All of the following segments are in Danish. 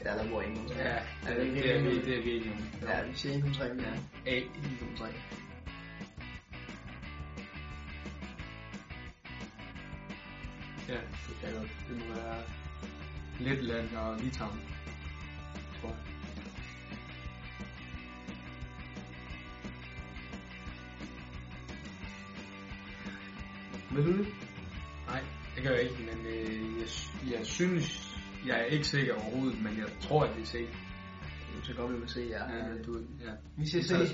Ja, der bor 1,3. Ja, det er vi enige om. Ja, vi siger 1,3. Ja. A. 1,3. Ja, det kan godt. Det må være Letland og Litauen, tror jeg. Ved du det? Nej, det gør jeg ikke, men jeg synes, jeg er ikke sikker overhovedet, men jeg tror, at det er C. Så går vi med C, ja. Ja. Vi siger C.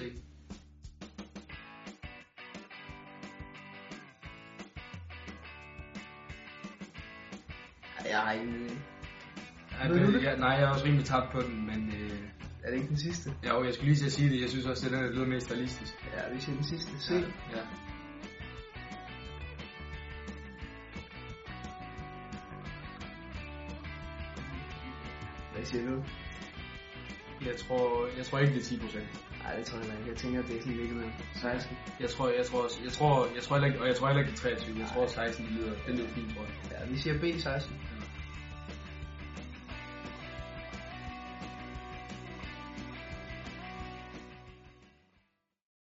Jeg har ikke en idé. Nej, jeg er også rimelig tabt på den, men... Er det ikke den sidste? Jo, jeg skulle lige til at sige det. Jeg synes også, at den er lidt mest realistisk. Ja, vi siger den sidste. C. Ja. Hvad siger du? Jeg tror ikke, det er 10%. Nej, det tror jeg ikke. Jeg tænker, at det er sådan lidt med 16. Jeg tror heller ikke, det er 23. Jeg tror 16, det lyder fint, tror jeg. Ja, vi siger B 16.